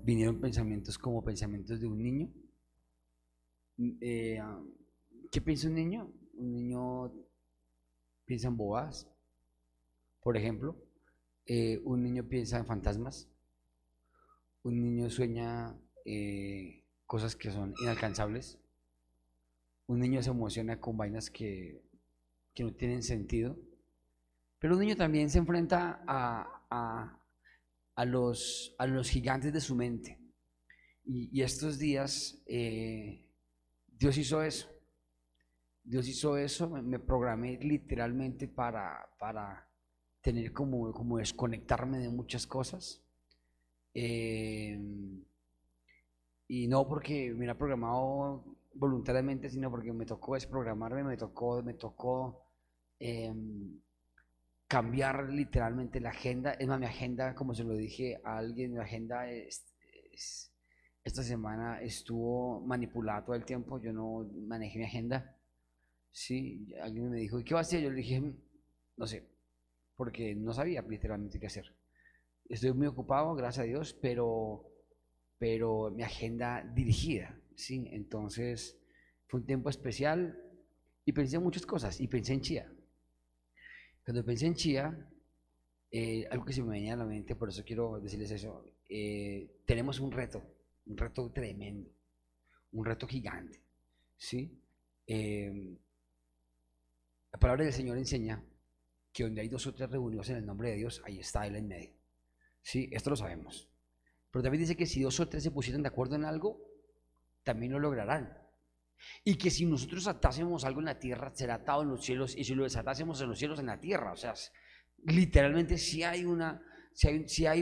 vinieron pensamientos como pensamientos de un niño. Eh, ¿Qué piensa un niño? Un niño piensa en bobadas, por ejemplo. Un niño piensa en fantasmas. Un niño sueña cosas que son inalcanzables. Un niño se emociona con vainas que no tienen sentido. Pero un niño también se enfrenta a los gigantes de su mente. Y estos días Dios hizo eso. Dios hizo eso, me programé literalmente para tener como desconectarme de muchas cosas. Eh, y no porque me era programado voluntariamente, sino porque me tocó desprogramarme, me tocó eh, cambiar literalmente la agenda. Es más, mi agenda, como se lo dije a alguien, mi agenda esta semana estuvo manipulada todo el tiempo. Yo no manejé mi agenda. Sí, alguien me dijo, ¿y qué va a hacer? Yo le dije, no sé, porque no sabía literalmente qué hacer. Estoy muy ocupado, gracias a Dios, pero mi agenda dirigida, ¿sí? Entonces, fue un tiempo especial y pensé en muchas cosas y pensé en Chía. Cuando pensé en Chía, algo que se me venía a la mente, por eso quiero decirles eso, tenemos un reto tremendo, un reto gigante, ¿sí? Eh, la palabra del Señor enseña que donde hay dos o tres reunidos en el nombre de Dios, ahí está Él en medio. Sí, esto lo sabemos. Pero también dice que si dos o tres se pusieran de acuerdo en algo, también lo lograrán. Y que si nosotros atásemos algo en la tierra, será atado en los cielos, y si lo desatásemos en los cielos, en la tierra. O sea, literalmente si hay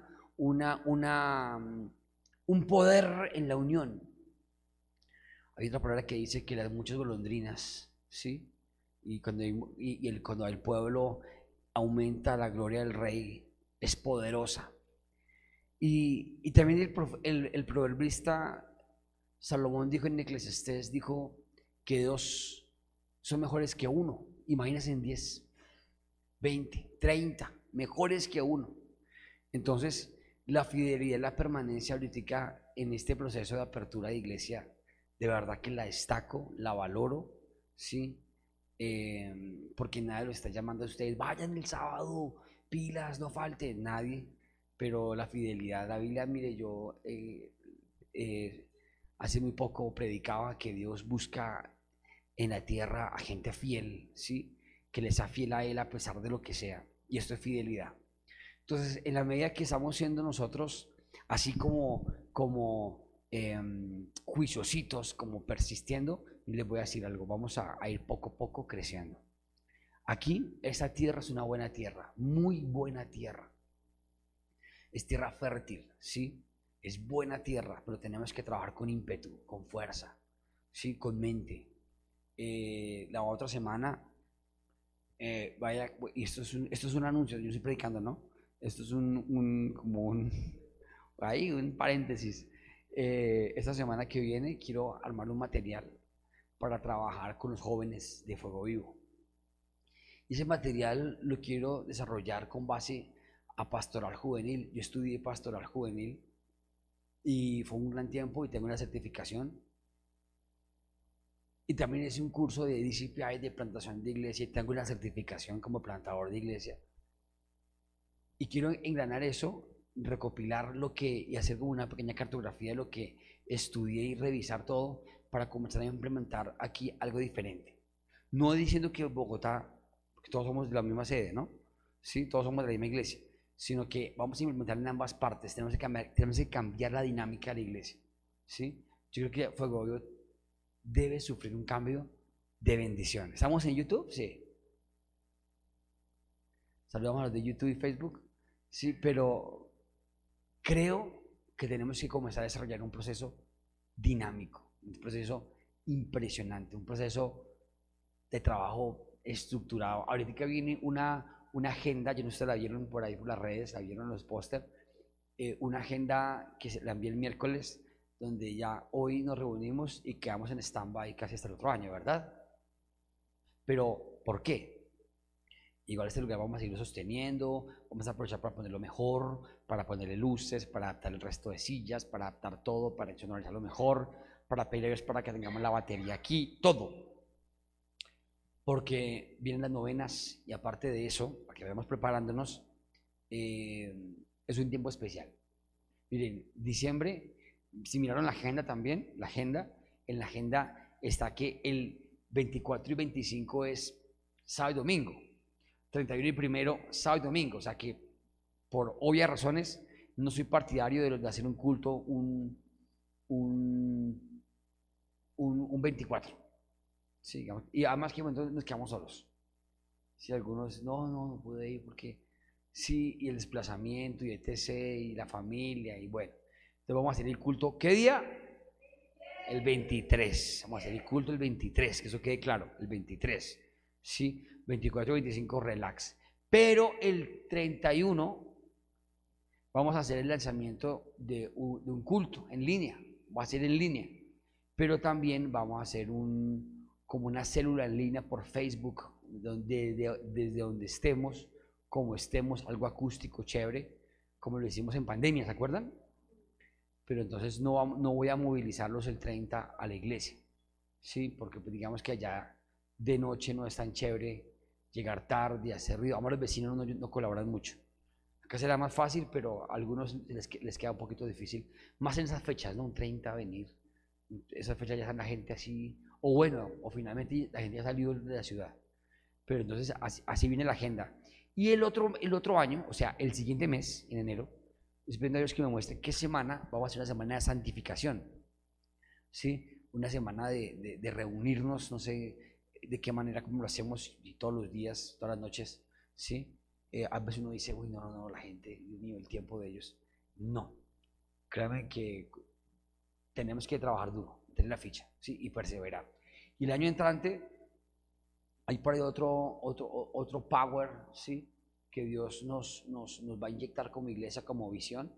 un poder en la unión. Hay otra palabra que dice que las muchas golondrinas, ¿sí? Cuando el pueblo aumenta la gloria del rey, es poderosa. Y también el proverbista Salomón dijo en Eclesiastés, dijo que dos son mejores que uno. Imagínense en 10, 20, 30, mejores que uno. Entonces, la fidelidad, la permanencia ahorita en este proceso de apertura de iglesia, de verdad que la destaco, la valoro, ¿sí? Porque nadie lo está llamando a ustedes, vayan el sábado, pilas, no falte, nadie, pero la fidelidad, la Biblia, mire, yo eh, hace muy poco predicaba que Dios busca en la tierra a gente fiel, ¿sí? Que le sea fiel a Él a pesar de lo que sea, y esto es fidelidad. Entonces, en la medida que estamos siendo nosotros, así como juiciositos, como persistiendo, les voy a decir algo, vamos a ir poco a poco creciendo. Aquí, esta tierra es una buena tierra, muy buena tierra. Es tierra fértil, ¿sí? Es buena tierra, pero tenemos que trabajar con ímpetu, con fuerza, ¿sí? Con mente. La otra semana, vaya, y esto es un anuncio, yo estoy predicando, ¿no? Esto es como ahí un paréntesis. Esta semana que viene quiero armar un material para trabajar con los jóvenes de Fuego Vivo. Y ese material lo quiero desarrollar con base a pastoral juvenil. Yo estudié pastoral juvenil y fue un gran tiempo y tengo una certificación. Y también hice un curso de DCPI de plantación de iglesia y tengo una certificación como plantador de iglesia. Y quiero engranar eso, recopilar y hacer como una pequeña cartografía de lo que estudié y revisar todo para comenzar a implementar aquí algo diferente. No diciendo que Bogotá, porque todos somos de la misma sede, ¿no? Sí, todos somos de la misma iglesia, sino que vamos a implementar en ambas partes, tenemos que cambiar la dinámica de la iglesia, ¿sí? Yo creo que Fuego Vivo debe sufrir un cambio de bendición. ¿Estamos en YouTube? Sí. Saludamos a los de YouTube y Facebook. Sí, pero creo que tenemos que comenzar a desarrollar un proceso dinámico, un proceso impresionante, un proceso de trabajo estructurado. Ahorita viene una agenda, yo no sé si la vieron por ahí por las redes, la vieron en los pósters, una agenda que la envié el miércoles, donde ya hoy nos reunimos y quedamos en stand-by casi hasta el otro año, ¿verdad? Pero, ¿por qué? Igual este lugar vamos a seguirlo sosteniendo, vamos a aprovechar para ponerlo mejor, para ponerle luces, para adaptar el resto de sillas, para adaptar todo, para sonorizarlo mejor, para pedir a Dios para que tengamos la batería aquí, todo. Porque vienen las novenas y aparte de eso, para que vayamos preparándonos, es un tiempo especial. Miren, diciembre, si miraron la agenda también, en la agenda está que el 24 y 25 es sábado y domingo. 31 y primero, sábado y domingo. O sea que, por obvias razones, no soy partidario de hacer un culto un 24. Sí, digamos, y además que entonces nos quedamos solos. Si algunos, no pude ir porque sí, y el desplazamiento, y etc., y la familia, y bueno. Entonces vamos a hacer el culto. ¿Qué día? El 23. Vamos a hacer el culto el 23, que eso quede claro, el 23. Sí, 24 y 25 relax. Pero el 31 vamos a hacer el lanzamiento de un culto en línea. Va a ser en línea. Pero también vamos a hacer como una célula en línea por Facebook, desde donde estemos, como estemos, algo acústico, chévere, como lo hicimos en pandemia, ¿se acuerdan? Pero entonces no voy a movilizarlos el 30 a la iglesia, ¿sí? Porque pues, digamos que allá de noche no es tan chévere llegar tarde, hacer ruido. Vamos, los vecinos no colaboran mucho. Acá será más fácil, pero a algunos les queda un poquito difícil, más en esas fechas, ¿no? Un 30 venir, esas fechas ya están la gente así, o bueno, o finalmente la gente ya ha salido de la ciudad. Pero entonces así viene la agenda. Y el otro año, o sea, el siguiente mes, en enero, estoy pidiendo a Dios que me muestre qué semana vamos a hacer, una semana de santificación, ¿sí? Una semana de reunirnos, no sé de qué manera, como lo hacemos y todos los días, todas las noches, ¿sí? A veces uno dice, uy, no, la gente, Dios mío, el tiempo de ellos. No, créanme que tenemos que trabajar duro, tener la ficha, ¿sí? Y perseverar. Y el año entrante hay por ahí otro power, ¿sí? Que Dios nos va a inyectar como iglesia, como visión,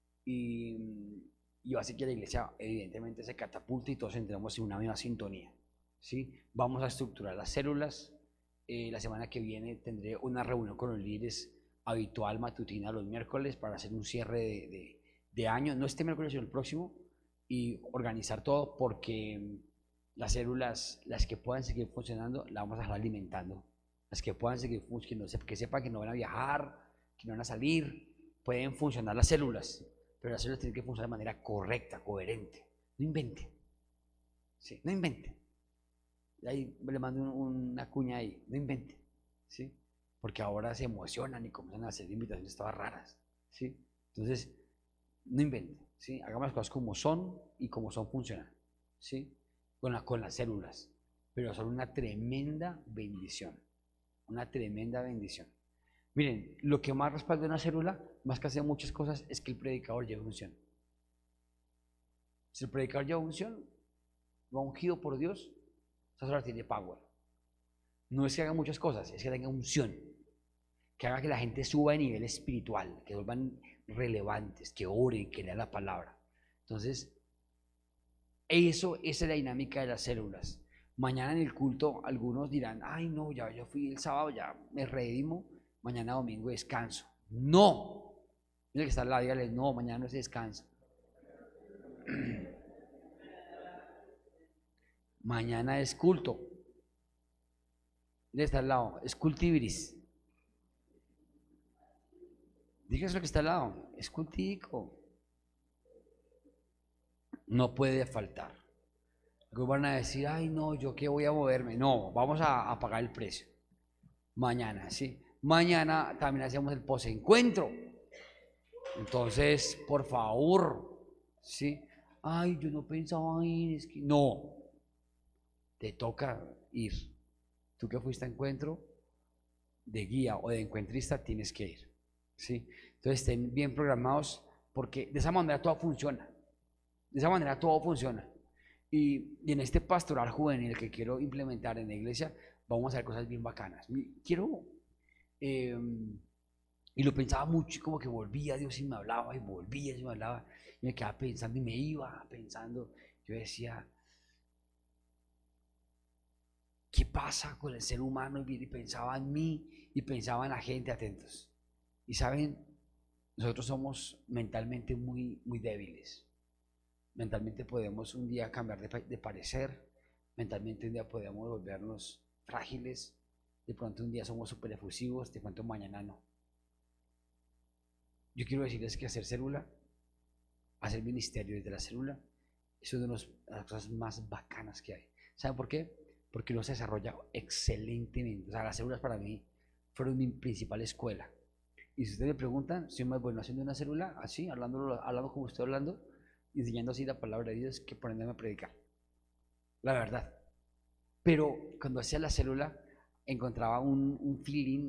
y va a hacer que la iglesia evidentemente se catapulte y todos entremos en una misma sintonía, ¿sí? Vamos a estructurar las células. La semana que viene tendré una reunión con los líderes habitual matutina los miércoles para hacer un cierre de año, no este miércoles sino el próximo, y organizar todo porque las células, las que puedan seguir funcionando, las vamos a dejar alimentando. Las que puedan seguir funcionando, que sepan que no van a viajar, que no van a salir, pueden funcionar las células, pero las células tienen que funcionar de manera correcta, coherente. No inventen. Sí, no inventen. Ahí le mando una cuña ahí, no inventen. ¿Sí? Porque ahora se emocionan y comienzan a hacer invitaciones todas raras. ¿Sí? Entonces, no inventen. ¿Sí? Hagamos las cosas como son y como son funcionan. ¿Sí? Con las células. Pero son una tremenda bendición. Una tremenda bendición. Miren, lo que más respalda una célula, más que hacer muchas cosas, es que el predicador lleve unción. Si el predicador lleva unción, va ungido por Dios, esa célula tiene power. No es que haga muchas cosas, es que tenga unción. Que haga que la gente suba de nivel espiritual, que vuelvan relevantes, que oren, que lean la palabra. Entonces, esa es la dinámica de las células. Mañana en el culto algunos dirán, ay no, ya yo fui el sábado, ya me redimo, mañana domingo descanso. No, mira que está al lado, dígale, no, mañana no se descansa. Mañana es culto. Mira, está al lado, es cultiviris. Dígase lo que está al lado, es cultico. No puede faltar. Luego van a decir, ay no, yo qué voy a moverme. No, vamos a pagar el precio. Mañana, ¿sí? Mañana también hacemos el posencuentro. Entonces, por favor, ¿sí? Ay, yo no pensaba ir, es que... No, te toca ir. Tú que fuiste a encuentro de guía o de encuentrista, tienes que ir, ¿sí? Entonces, estén bien programados porque de esa manera todo funciona. De esa manera todo funciona. Y en este pastoral juvenil que quiero implementar en la iglesia, vamos a hacer cosas bien bacanas. Quiero, eh, y lo pensaba mucho, como que volvía Dios y me hablaba, y volvía y me hablaba, y me quedaba pensando y me iba pensando. Yo decía, ¿qué pasa con el ser humano? Y pensaba en mí y pensaba en la gente, atentos. Y saben, nosotros somos mentalmente muy débiles. Mentalmente podemos un día cambiar de parecer, mentalmente un día podemos volvernos frágiles, de pronto un día somos súper efusivos, de pronto mañana no. Yo quiero decirles que hacer célula, hacer ministerio desde la célula, es una de las cosas más bacanas que hay. ¿Saben por qué? Porque uno se desarrolla excelentemente. O sea, las células para mí fueron mi principal escuela. Y si ustedes me preguntan, soy más bueno haciendo una célula, así, hablando como estoy hablando, enseñando así la palabra de Dios, que poniéndome a predicar. La verdad. Pero cuando hacía la célula, encontraba un feeling,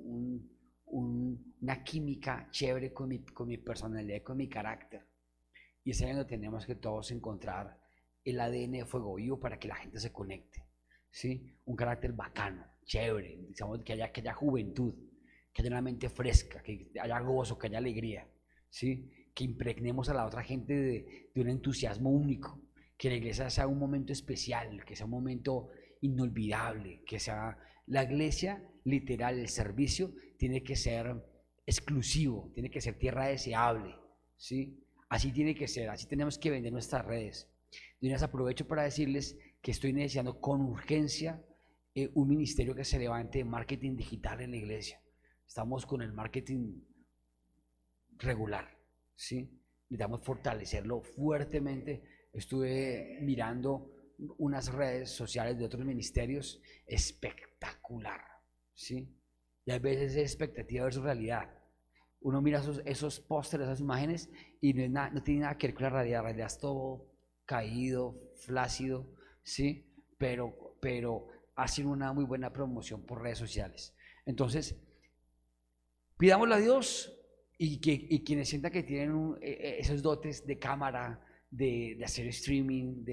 una química chévere con mi personalidad, con mi carácter. Y es ahí donde tenemos que todos encontrar el ADN de Fuego Vivo para que la gente se conecte. ¿Sí? Un carácter bacano, chévere, digamos, que haya juventud, que haya una mente fresca, que haya gozo, que haya alegría. ¿Sí? Que impregnemos a la otra gente de un entusiasmo único, que la iglesia sea un momento especial, que sea un momento inolvidable, que sea la iglesia literal, el servicio tiene que ser exclusivo, tiene que ser tierra deseable, ¿sí? Así tiene que ser, así tenemos que vender nuestras redes. De una vez aprovecho para decirles que estoy iniciando con urgencia un ministerio que se levante de marketing digital en la iglesia. Estamos con el marketing regular, ¿sí? Necesitamos fortalecerlo fuertemente. Estuve mirando unas redes sociales de otros ministerios, espectacular, ¿sí? Y a veces es expectativa versus realidad. Uno mira esos pósteres, esas imágenes, y no tiene nada que ver con la realidad es todo caído, flácido, ¿sí? Pero hacen una muy buena promoción por redes sociales. Entonces, pidámosle a Dios y quienes sientan que tienen esos dotes de cámara, de hacer streaming,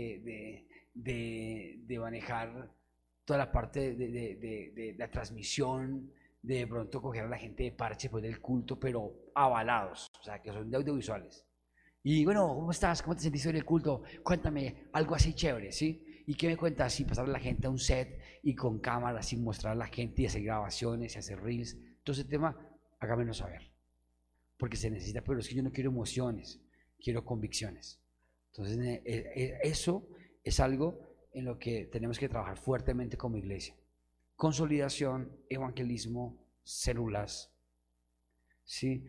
de manejar toda la parte de la transmisión, de pronto coger a la gente de parche después del culto, pero avalados, o sea, que son de audiovisuales. Y bueno, ¿cómo estás? ¿Cómo te sentiste hoy en el culto? Cuéntame algo así chévere, ¿sí? ¿Y qué me cuentas? Si pasar a la gente a un set y con cámaras y mostrar a la gente y hacer grabaciones y hacer reels, todo ese tema, hágamelo saber. Porque se necesita, pero es que yo no quiero emociones, quiero convicciones. Entonces, eso es algo en lo que tenemos que trabajar fuertemente como iglesia. Consolidación, evangelismo, células, ¿sí?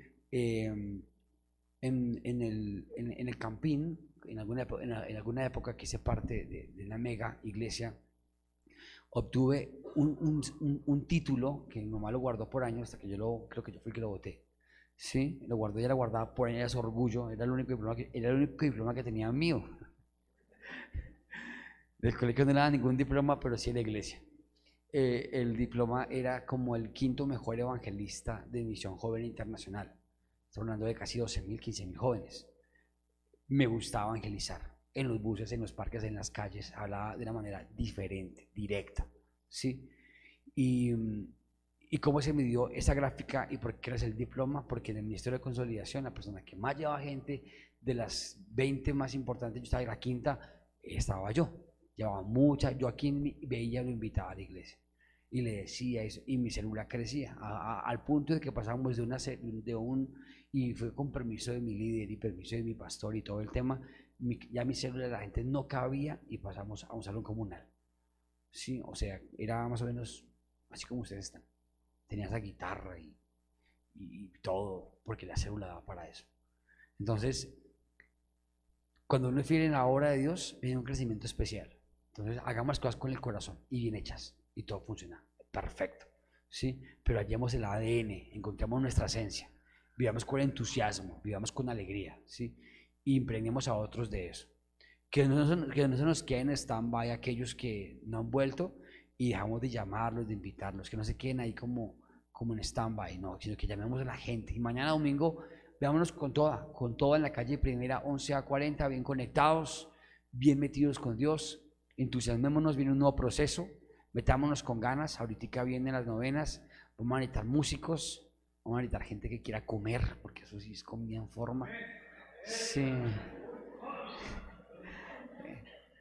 En el Campín, en alguna época que hice parte de la mega iglesia, obtuve un título que mi mamá lo guardó por años hasta que creo que yo fui el que lo voté. Sí, lo guardó, ella lo guardaba por años, orgullo, era el único diploma que tenía mío. Del colegio no era ningún diploma, pero sí de la iglesia. El diploma era como el quinto mejor evangelista de Misión Joven Internacional. Estamos hablando de casi 12.000, 15.000 jóvenes. Me gustaba evangelizar en los buses, en los parques, en las calles. Hablaba de una manera diferente, directa, ¿sí? ¿Y cómo se midió esa gráfica y por qué era el diploma? Porque en el Ministerio de Consolidación, la persona que más llevaba gente, de las 20 más importantes, yo estaba en la quinta, estaba yo. Llevaba mucha, yo aquí veía, lo invitaba a la iglesia y le decía eso, y mi célula crecía al punto de que pasamos y fue con permiso de mi líder y permiso de mi pastor y todo el tema, ya mi célula la gente no cabía y pasamos a un salón comunal. Sí, o sea, era más o menos así como ustedes están. Tenía esa guitarra y todo, porque la célula daba para eso. Entonces, cuando uno es fiel en la obra de Dios, viene un crecimiento especial. Entonces, hagamos las cosas con el corazón y bien hechas y todo funciona perfecto, ¿sí? Pero hallemos el ADN, encontremos nuestra esencia, vivamos con entusiasmo, vivamos con alegría, ¿sí? Y impregnemos a otros de eso. Que no se nos queden en stand-by aquellos que no han vuelto y dejamos de llamarlos, de invitarlos, que no se queden ahí como en stand-by, no, sino que llamemos a la gente. Y mañana domingo, veámonos con toda en la calle Primera 11 a 40, bien conectados, bien metidos con Dios, entusiasmémonos, viene un nuevo proceso, metámonos con ganas, ahorita vienen las novenas, vamos a necesitar músicos, vamos a necesitar gente que quiera comer, porque eso sí es comida en forma. Sí.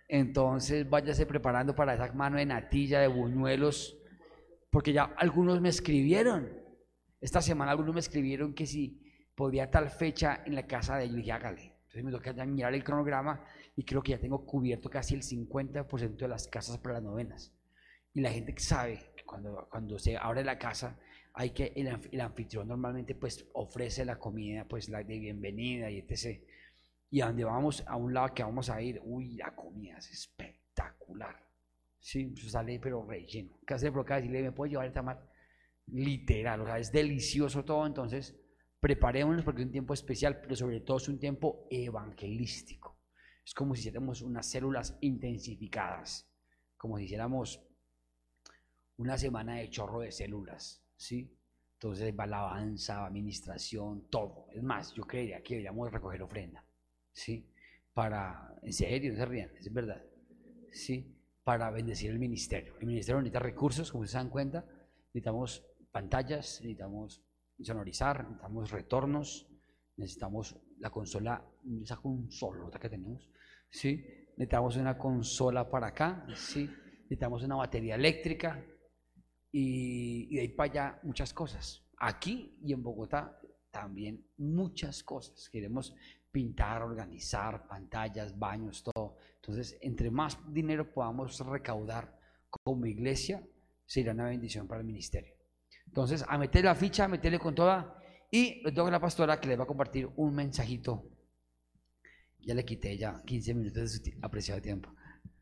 Entonces váyase preparando para esa mano de natilla, de buñuelos, porque ya algunos me escribieron. Esta semana algunos me escribieron que si podía tal fecha en la casa de ellos. Y dije, hágale. Entonces me toca ya mirar el cronograma y creo que ya tengo cubierto casi el 50% de las casas para las novenas. Y la gente sabe que cuando se abre la casa, hay que el anfitrión normalmente pues ofrece la comida, pues la de bienvenida y etc. Y a donde vamos, a un lado que vamos a ir, uy, la comida es espectacular. Sí, eso sale pero relleno. Casi de provoca decirle, ¿me puedo llevar el tamal? Literal, o sea, es delicioso todo. Entonces, preparémonos porque es un tiempo especial, pero sobre todo es un tiempo evangelístico. Es como si hiciéramos unas células intensificadas, como si hiciéramos una semana de chorro de células, ¿sí? Entonces va alabanza, va administración, todo. Es más, yo creería que deberíamos recoger ofrenda, ¿sí? Para, en serio, no se rían, es verdad, ¿sí? Para bendecir el ministerio. El ministerio necesita recursos, como se dan cuenta. Necesitamos pantallas, necesitamos sonorizar, necesitamos retornos, necesitamos la consola, esa consola que tenemos, ¿sí? Necesitamos una consola para acá, ¿sí? Necesitamos una batería eléctrica y de ahí para allá muchas cosas. Aquí y en Bogotá también muchas cosas. Queremos pintar, organizar, pantallas, baños, todo. Entonces, entre más dinero podamos recaudar como iglesia, será una bendición para el ministerio. Entonces, a meter la ficha, a meterle con toda. Y le tengo a la pastora que les va a compartir un mensajito. Ya le quité ya 15 minutos de su apreciado tiempo.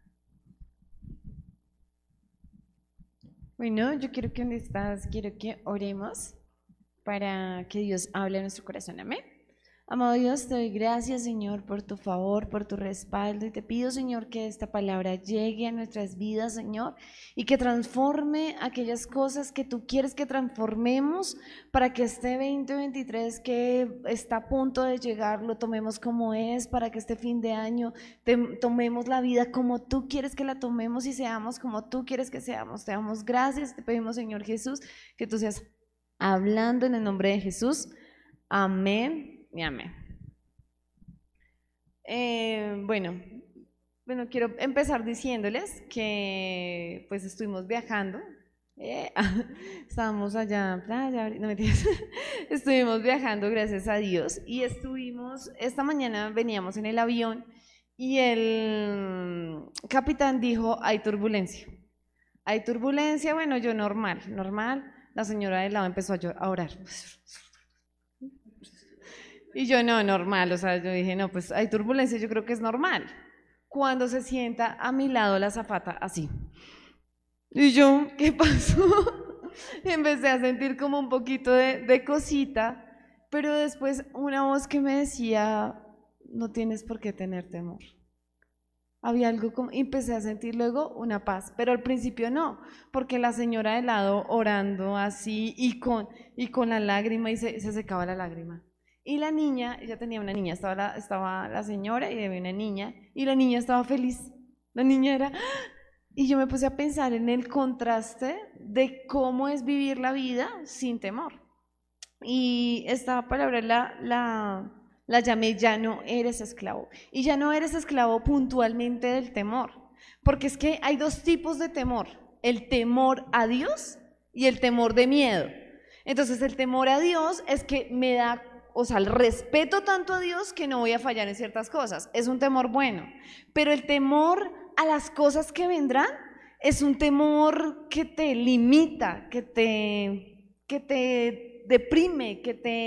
Bueno, yo quiero que donde estás, quiero que oremos para que Dios hable a nuestro corazón. Amén. Amado Dios, te doy gracias, Señor, por tu favor, por tu respaldo, y te pido, Señor, que esta palabra llegue a nuestras vidas, Señor, y que transforme aquellas cosas que tú quieres que transformemos para que este 2023 que está a punto de llegar lo tomemos como es, para que este fin de año tomemos la vida como tú quieres que la tomemos y seamos como tú quieres que seamos. Te damos gracias, te pedimos, Señor Jesús, que tú seas hablando en el nombre de Jesús. Amén. Y amén. Bueno, quiero empezar diciéndoles que pues estuvimos viajando. Estábamos allá en playa, no mentiras. Estuvimos viajando, gracias a Dios, y esta mañana veníamos en el avión y el capitán dijo, hay turbulencia. Hay turbulencia, bueno, yo normal. La señora del lado empezó a orar. Y yo no, normal, o sea, yo dije, no, pues hay turbulencia, yo creo que es normal. Cuando se sienta a mi lado la azafata así. Y yo, ¿qué pasó? Empecé a sentir como un poquito de cosita, pero después una voz que me decía, no tienes por qué tener temor. Había algo como, y empecé a sentir luego una paz, pero al principio no, porque la señora de lado orando así y con la lágrima y se secaba la lágrima. Y la niña, ella tenía una niña, estaba la señora y había una niña, y la niña estaba feliz. La niña era... Y yo me puse a pensar en el contraste de cómo es vivir la vida sin temor. Y esta palabra la llamé ya no eres esclavo. Y ya no eres esclavo puntualmente del temor, porque es que hay dos tipos de temor, el temor a Dios y el temor de miedo. Entonces el temor a Dios es que me da... O sea, el respeto tanto a Dios que no voy a fallar en ciertas cosas. Es un temor bueno. Pero el temor a las cosas que vendrán es un temor que te limita, que te deprime,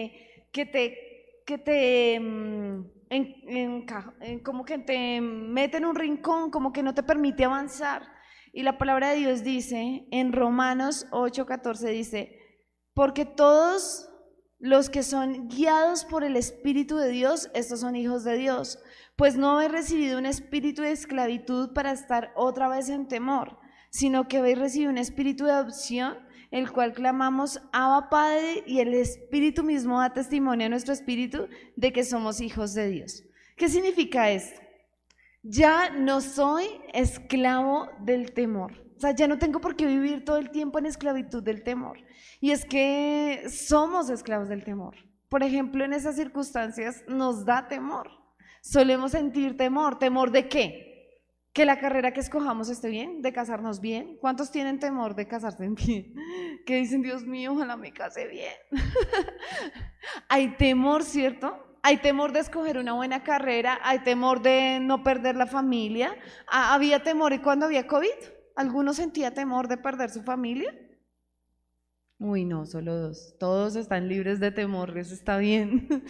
como que te mete en un rincón, como que no te permite avanzar. Y la palabra de Dios dice, en Romanos 8:14 dice, porque todos los que son guiados por el Espíritu de Dios, estos son hijos de Dios, pues no habéis recibido un espíritu de esclavitud para estar otra vez en temor, sino que habéis recibido un espíritu de adopción, el cual clamamos, Abba Padre, y el Espíritu mismo da testimonio a nuestro espíritu de que somos hijos de Dios. ¿Qué significa esto? Ya no soy esclavo del temor. O sea, ya no tengo por qué vivir todo el tiempo en esclavitud del temor. Y es que somos esclavos del temor. Por ejemplo, en esas circunstancias nos da temor. Solemos sentir temor. ¿Temor de qué? Que la carrera que escojamos esté bien, de casarnos bien. ¿Cuántos tienen temor de casarse bien? Que dicen, Dios mío, ojalá me case bien. Hay temor, ¿cierto? Hay temor de escoger una buena carrera, hay temor de no perder la familia. ¿Había temor y cuando había COVID? ¿Alguno sentía temor de perder su familia? Uy, no, solo dos. Todos están libres de temor, eso está bien.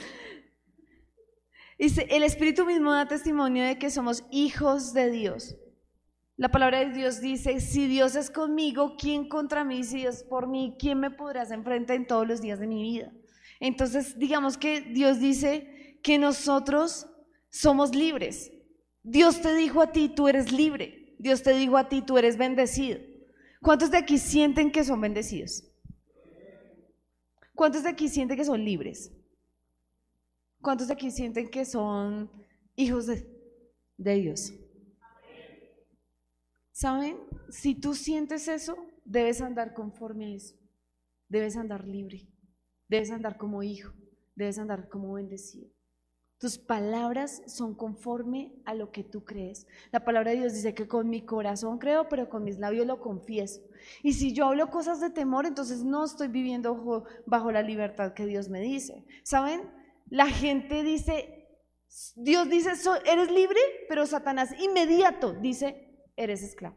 Dice, el Espíritu mismo da testimonio de que somos hijos de Dios. La palabra de Dios dice, si Dios es conmigo, ¿quién contra mí? Si Dios es por mí, ¿quién me podrá hacer frente en todos los días de mi vida? Entonces, digamos que Dios dice que nosotros somos libres. Dios te dijo a ti, tú eres libre. Dios te dijo a ti, tú eres bendecido. ¿Cuántos de aquí sienten que son bendecidos? ¿Cuántos de aquí sienten que son libres? ¿Cuántos de aquí sienten que son hijos de Dios? ¿Saben? Si tú sientes eso, debes andar conforme a eso. Debes andar libre. Debes andar como hijo. Debes andar como bendecido. Tus palabras son conforme a lo que tú crees. La palabra de Dios dice que con mi corazón creo, pero con mis labios lo confieso. Y si yo hablo cosas de temor, entonces no estoy viviendo bajo la libertad que Dios me dice. ¿Saben? La gente dice, Dios dice, eres libre, pero Satanás inmediato dice, eres esclavo.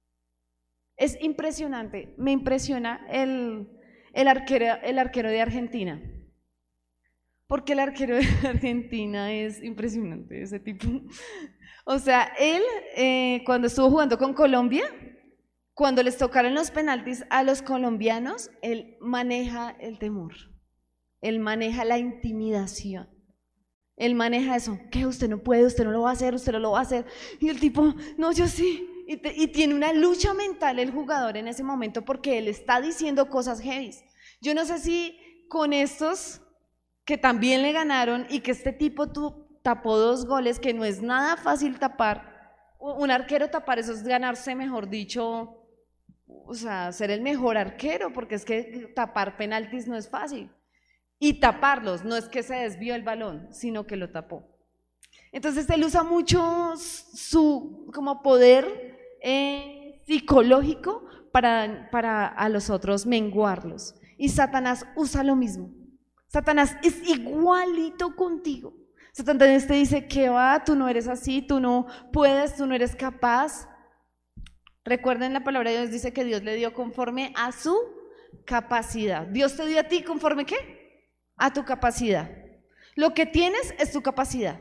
Es impresionante, me impresiona el arquero de Argentina. Porque el arquero de Argentina es impresionante, ese tipo. O sea, él cuando estuvo jugando con Colombia, cuando les tocaron los penaltis a los colombianos, él maneja el temor. Él maneja la intimidación. Él maneja eso. ¿Qué? Usted no puede, usted no lo va a hacer, usted no lo va a hacer. Y el tipo, no, yo sí. Y tiene una lucha mental el jugador en ese momento porque él está diciendo cosas heavy. Yo no sé si con estos que también le ganaron y que este tipo tapó 2 goles, que no es nada fácil tapar. Un arquero tapar eso es ganarse, mejor dicho, o sea, ser el mejor arquero, porque es que tapar penaltis no es fácil. Y taparlos, no es que se desvió el balón, sino que lo tapó. Entonces él usa mucho su como poder psicológico para a los otros menguarlos. Y Satanás usa lo mismo. Satanás es igualito contigo. Satanás te dice que va, tú no eres así, tú no puedes, tú no eres capaz. Recuerden, la palabra de Dios dice que Dios le dio conforme a su capacidad. Dios te dio a ti conforme ¿qué? A tu capacidad. Lo que tienes es tu capacidad.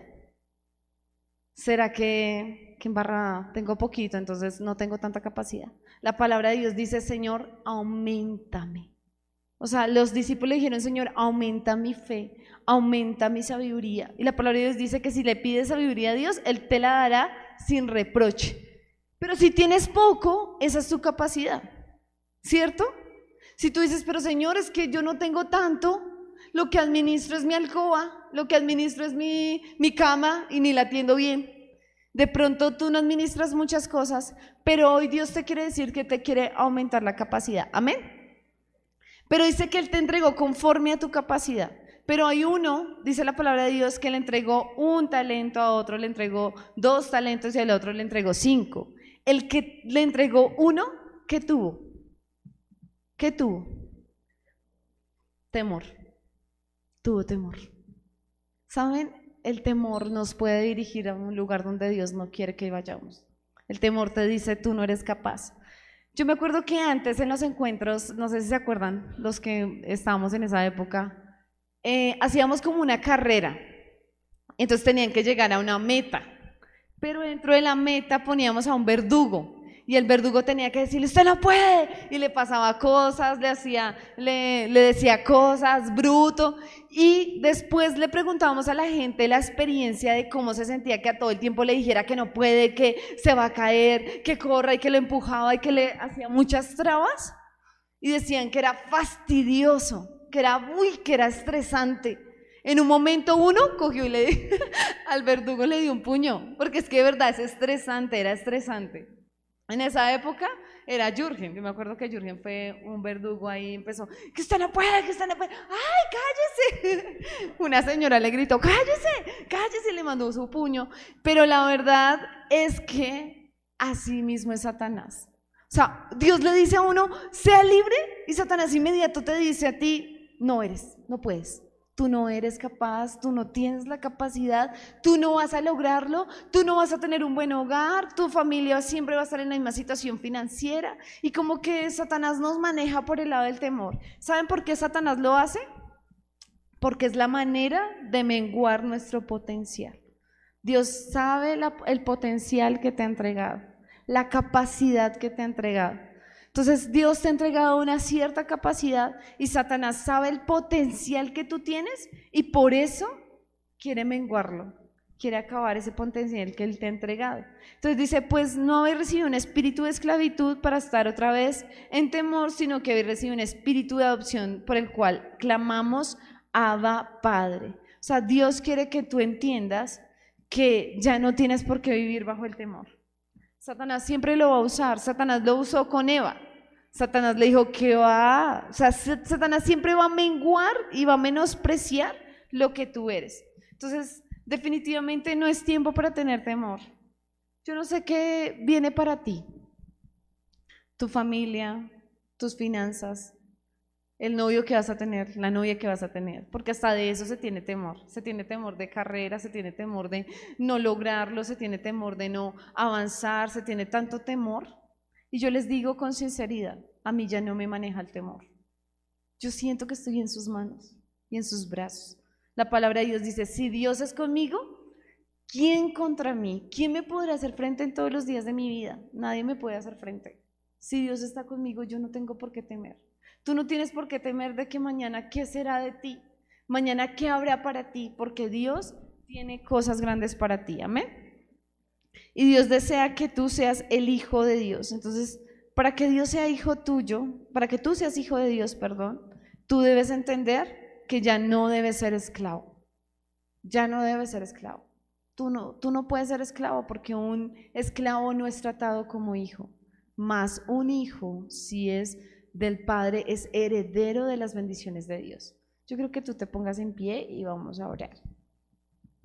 ¿Será que en barra tengo poquito, entonces no tengo tanta capacidad? La palabra de Dios dice, Señor, auméntame. O sea, los discípulos dijeron, Señor, aumenta mi fe, aumenta mi sabiduría. Y la palabra de Dios dice que si le pides sabiduría a Dios, Él te la dará sin reproche. Pero si tienes poco, esa es tu capacidad, ¿cierto? Si tú dices, pero Señor, es que yo no tengo tanto, lo que administro es mi alcoba, lo que administro es mi cama y ni la atiendo bien. De pronto tú no administras muchas cosas, pero hoy Dios te quiere decir que te quiere aumentar la capacidad. Amén. Pero dice que Él te entregó conforme a tu capacidad. Pero hay uno, dice la palabra de Dios, que le entregó 1 talento, a otro le entregó 2 talentos y al otro le entregó 5. El que le entregó 1, ¿qué tuvo? ¿Qué tuvo? Temor. Tuvo temor. ¿Saben? El temor nos puede dirigir a un lugar donde Dios no quiere que vayamos. El temor te dice, tú no eres capaz. Yo me acuerdo que antes en los encuentros, no sé si se acuerdan, los que estábamos en esa época, hacíamos como una carrera. Entonces tenían que llegar a una meta, pero dentro de la meta poníamos a un verdugo. Y el verdugo tenía que decirle, usted no puede, y le pasaba cosas, le decía cosas, bruto, y después le preguntábamos a la gente la experiencia de cómo se sentía que a todo el tiempo le dijera que no puede, que se va a caer, que corra, y que lo empujaba y que le hacía muchas trabas, y decían que era fastidioso, que era estresante. En un momento uno cogió y al verdugo le dio un puño, porque es que de verdad es estresante, era estresante. En esa época era Jürgen, yo me acuerdo que Jürgen fue un verdugo ahí, empezó, que usted no puede, que usted no puede, ¡ay, cállese! Una señora le gritó, cállese, cállese, le mandó su puño, pero la verdad es que Así mismo es Satanás. O sea, Dios le dice a uno, sea libre, y Satanás inmediato te dice a ti, no eres, no puedes. Tú no eres capaz, tú no tienes la capacidad, tú no vas a lograrlo, tú no vas a tener un buen hogar, tu familia siempre va a estar en la misma situación financiera. Y como que Satanás nos maneja por el lado del temor. ¿Saben por qué Satanás lo hace? Porque es la manera de menguar nuestro potencial. Dios sabe el potencial que te ha entregado, la capacidad que te ha entregado. Entonces Dios te ha entregado una cierta capacidad y Satanás sabe el potencial que tú tienes y por eso quiere menguarlo, quiere acabar ese potencial que Él te ha entregado. Entonces dice, pues no habéis recibido un espíritu de esclavitud para estar otra vez en temor, sino que habéis recibido un espíritu de adopción por el cual clamamos Abba Padre. O sea, Dios quiere que tú entiendas que ya no tienes por qué vivir bajo el temor. Satanás siempre lo va a usar. Satanás lo usó con Eva. Satanás le dijo que va, o sea, Satanás siempre va a menguar y va a menospreciar lo que tú eres. Entonces, definitivamente no es tiempo para tener temor. Yo no sé qué viene para ti, tu familia, tus finanzas, el novio que vas a tener, la novia que vas a tener, porque hasta de eso se tiene temor de carrera, se tiene temor de no lograrlo, se tiene temor de no avanzar, se tiene tanto temor. Y yo les digo con sinceridad, a mí ya no me maneja el temor. Yo siento que estoy en sus manos y en sus brazos. La palabra de Dios dice, si Dios es conmigo, ¿quién contra mí? ¿Quién me podrá hacer frente en todos los días de mi vida? Nadie me puede hacer frente. Si Dios está conmigo, yo no tengo por qué temer. Tú no tienes por qué temer de que mañana qué será de ti, mañana qué habrá para ti, porque Dios tiene cosas grandes para ti, amén. Y Dios desea que tú seas el hijo de Dios. Entonces, para que Dios sea hijo tuyo, para que tú seas hijo de Dios, perdón, tú debes entender que ya no debes ser esclavo. Ya no debes ser esclavo. Tú no puedes ser esclavo porque un esclavo no es tratado como hijo. Más un hijo, si es del Padre, es heredero de las bendiciones de Dios. Yo creo que tú te pongas en pie y vamos a orar.